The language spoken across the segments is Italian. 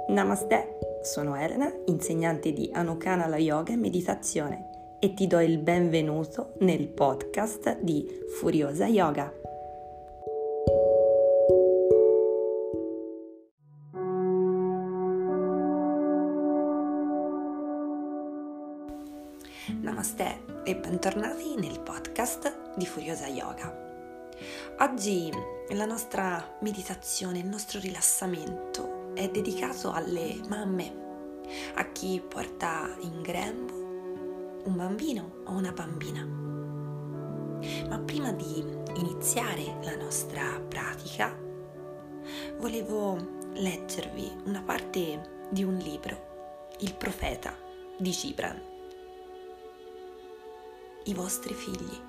Namaste, sono Elena, insegnante di Anukanala Yoga e Meditazione e ti do il benvenuto nel podcast di Furiosa Yoga. Namaste e bentornati nel podcast di Furiosa Yoga. Oggi la nostra meditazione, il nostro rilassamento è dedicato alle mamme, a chi porta in grembo un bambino o una bambina. Ma prima di iniziare la nostra pratica, volevo leggervi una parte di un libro, Il profeta di Gibran. I vostri figli.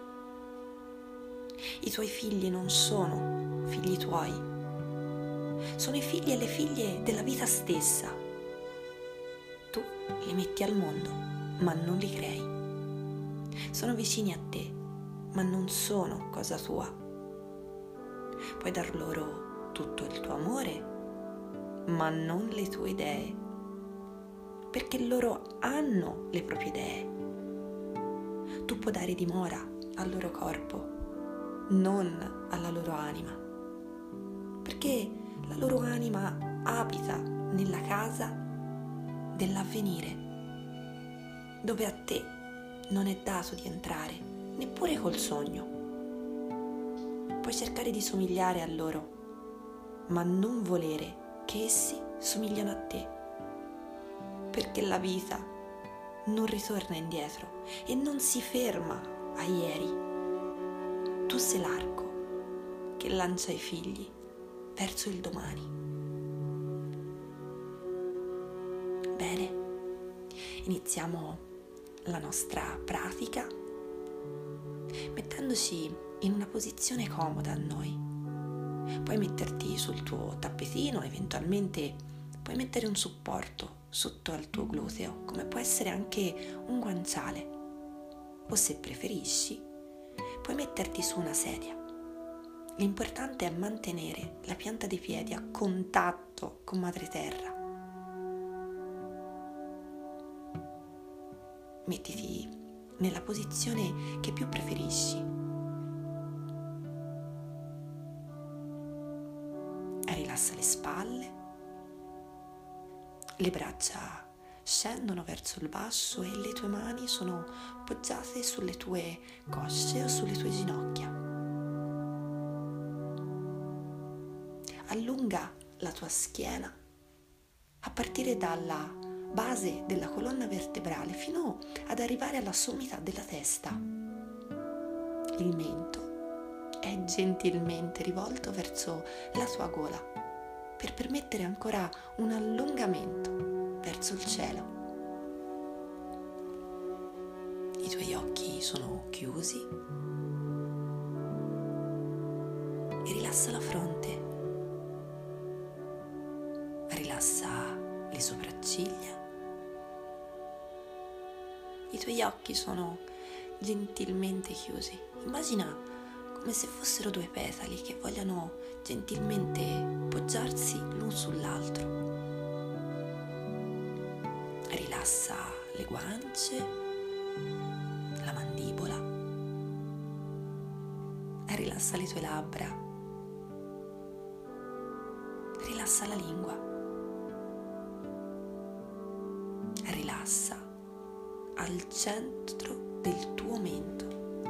I tuoi figli non sono figli tuoi. Sono i figli e le figlie della vita stessa. Tu li metti al mondo, ma non li crei. Sono vicini a te, ma non sono cosa tua. Puoi dar loro tutto il tuo amore, ma non le tue idee, perché loro hanno le proprie idee. Tu puoi dare dimora al loro corpo, non alla loro anima, perché la loro anima abita nella casa dell'avvenire, dove a te non è dato di entrare, neppure col sogno. Puoi cercare di somigliare a loro, ma non volere che essi somigliano a te, perché la vita non ritorna indietro e non si ferma a ieri. Tu sei l'arco che lancia i figli verso il domani. Bene, iniziamo la nostra pratica mettendoci in una posizione comoda a noi. Puoi metterti sul tuo tappetino, eventualmente puoi mettere un supporto sotto al tuo gluteo, come può essere anche un guanciale, o se preferisci puoi metterti su una sedia. L'importante è mantenere la pianta dei piedi a contatto con madre terra. Mettiti nella posizione che più preferisci. Rilassa le spalle, le braccia scendono verso il basso e le tue mani sono poggiate sulle tue cosce o sulle tue ginocchia. Allunga la tua schiena a partire dalla base della colonna vertebrale fino ad arrivare alla sommità della testa. Il mento è gentilmente rivolto verso la tua gola per permettere ancora un allungamento verso il cielo. I tuoi occhi sono chiusi e rilassa la fronte. Rilassa le sopracciglia. I tuoi occhi sono gentilmente chiusi. Immagina come se fossero due petali che vogliano gentilmente poggiarsi l'un sull'altro. Rilassa le guance, la mandibola. Rilassa le tue labbra. Rilassa la lingua. Rilassa al centro del tuo mento.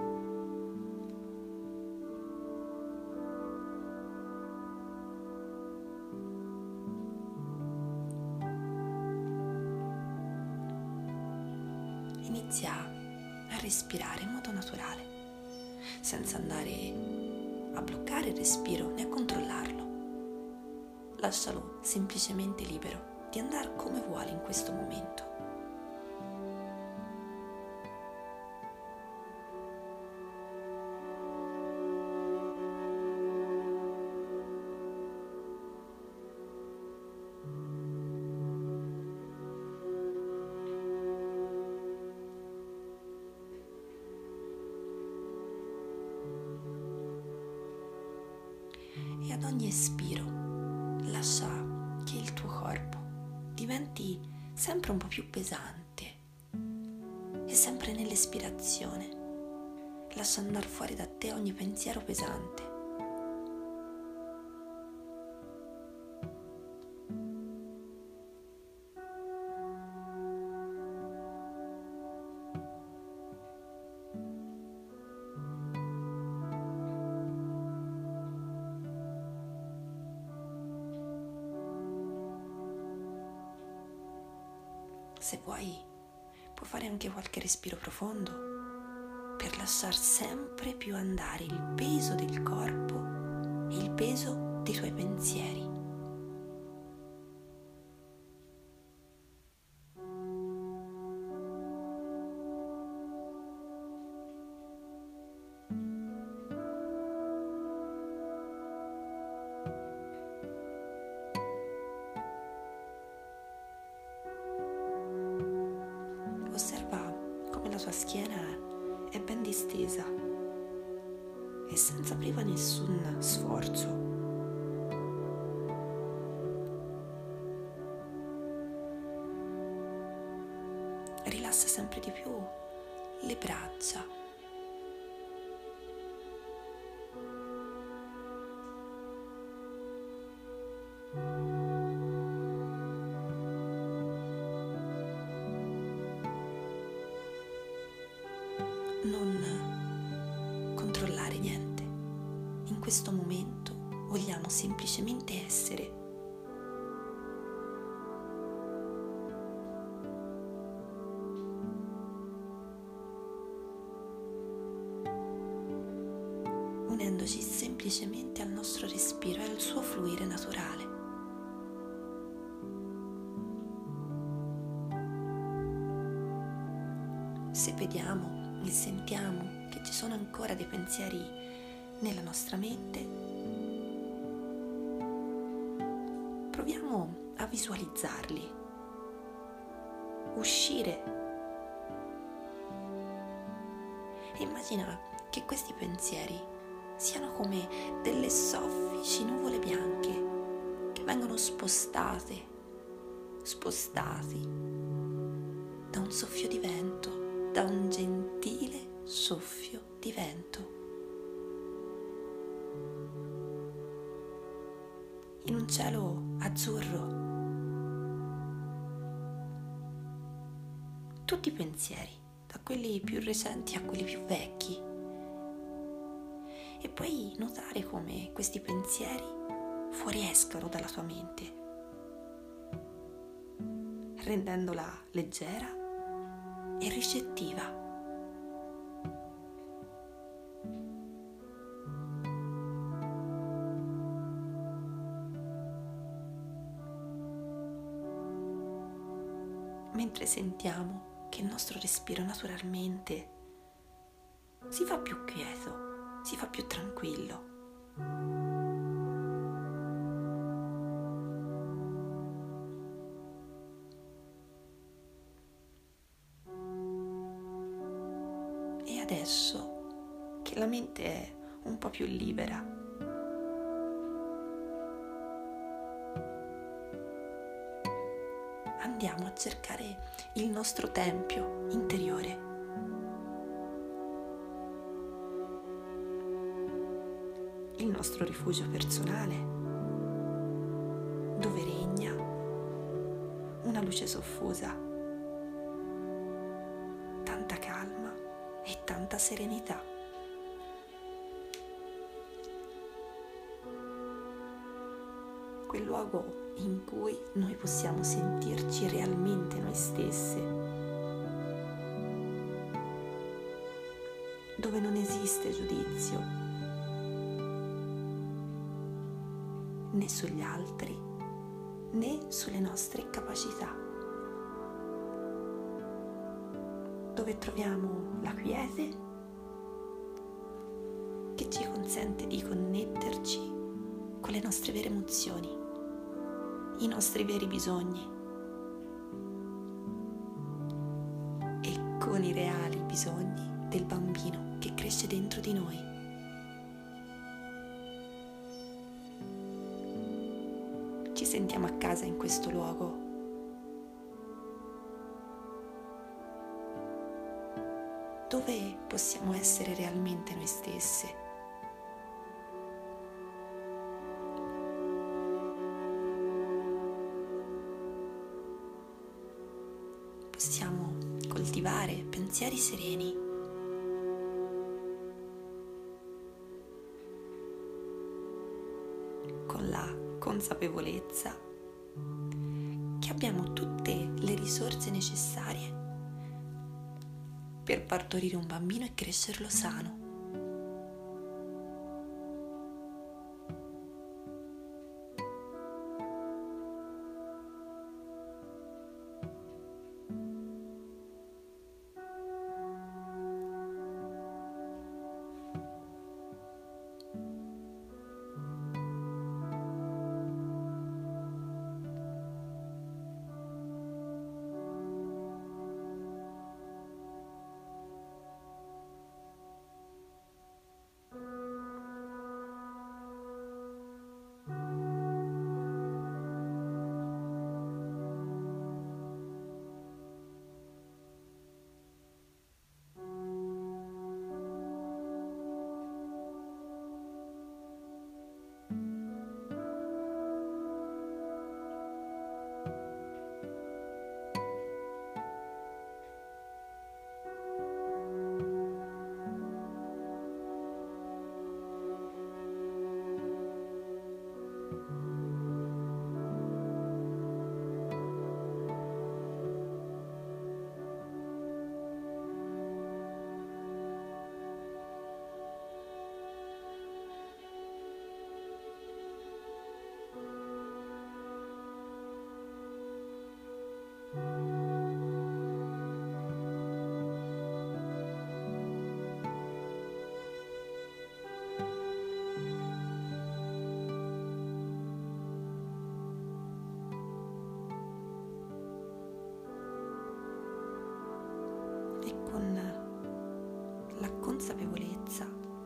Inizia a respirare in modo naturale, senza andare a bloccare il respiro né a controllarlo. Lascialo semplicemente libero di andare come vuole in questo momento. E ad ogni espiro lascia che il tuo corpo diventi sempre un po' più pesante e sempre nell'espirazione. Lascia andare fuori da te ogni pensiero pesante. Se vuoi, puoi fare anche qualche respiro profondo per lasciar sempre più andare il peso del corpo e il peso dei tuoi pensieri. Osserva come la tua schiena è ben distesa e senza prima nessun sforzo. Rilassa sempre di più le braccia. Non controllare niente. In questo momento vogliamo semplicemente essere. Unendoci semplicemente al nostro respiro e al suo fluire naturale. Se vediamo e sentiamo che ci sono ancora dei pensieri nella nostra mente, proviamo a visualizzarli, uscire e immagina che questi pensieri siano come delle soffici nuvole bianche che vengono spostati da un soffio di vento, da un gentile soffio di vento. In un cielo azzurro, tutti i pensieri, da quelli più recenti a quelli più vecchi, e puoi notare come questi pensieri fuoriescano dalla tua mente, rendendola leggera e ricettiva. Mentre sentiamo che il nostro respiro naturalmente si fa più quieto, si fa più tranquillo. E adesso che la mente è un po' più libera, andiamo a cercare il nostro tempio interiore. Il nostro rifugio personale, dove regna una luce soffusa, tanta calma e tanta serenità. Quel luogo in cui noi possiamo sentirci realmente noi stesse, dove non esiste giudizio né sugli altri né sulle nostre capacità, dove troviamo la quiete che ci consente di connetterci con le nostre vere emozioni, i nostri veri bisogni e con i reali bisogni del bambino che cresce dentro di noi. Ci sentiamo a casa in questo luogo possiamo essere realmente noi stesse. Possiamo coltivare pensieri sereni, con la consapevolezza che abbiamo tutte le risorse necessarie per partorire un bambino e crescerlo sano. E con la consapevolezza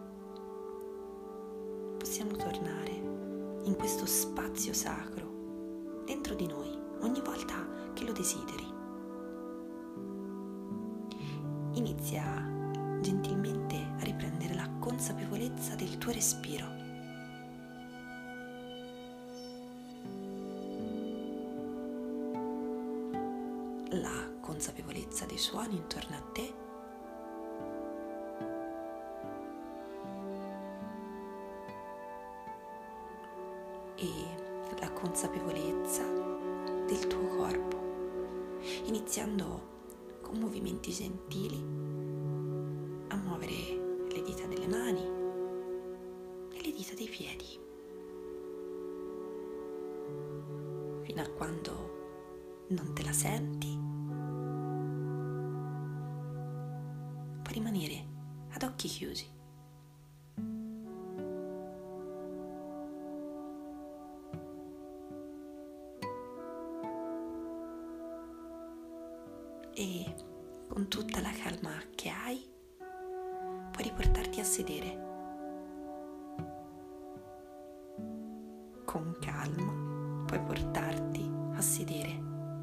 possiamo tornare in questo spazio sacro dentro di noi ogni volta che lo desideri. Inizia gentilmente a riprendere la consapevolezza del tuo respiro. La consapevolezza dei suoni intorno a te. E la consapevolezza del tuo corpo, iniziando con movimenti gentili a muovere le dita delle mani e le dita dei piedi, fino a quando non te la senti. Puoi rimanere ad occhi chiusi. E con tutta la calma che hai, puoi riportarti a sedere. Con calma puoi portarti a sedere.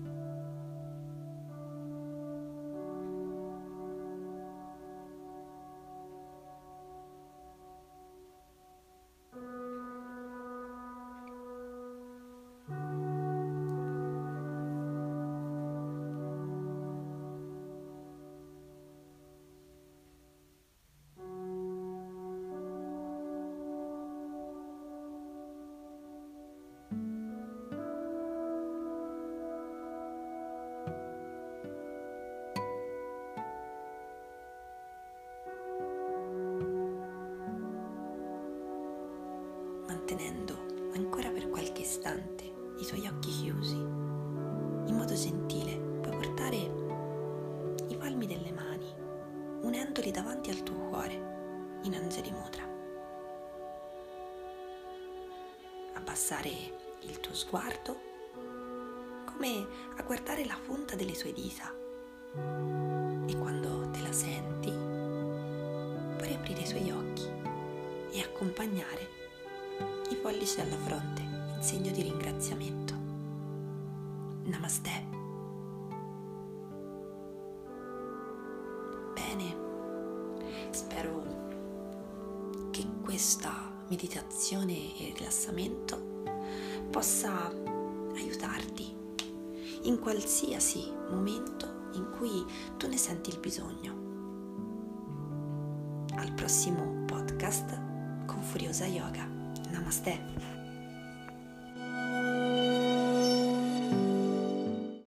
Mantenendo ancora per qualche istante i tuoi occhi chiusi, in modo gentile puoi portare i palmi delle mani, unendoli davanti al tuo cuore in Anjali Mudra. Abbassare il tuo sguardo come a guardare la punta delle tue dita, e quando te la senti puoi aprire i tuoi occhi e accompagnare i pollici alla fronte in segno di ringraziamento. Namaste. Bene, Spero che questa meditazione e rilassamento possa aiutarti in qualsiasi momento in cui tu ne senti il bisogno. Al prossimo podcast con Furiosa Yoga. Namaste.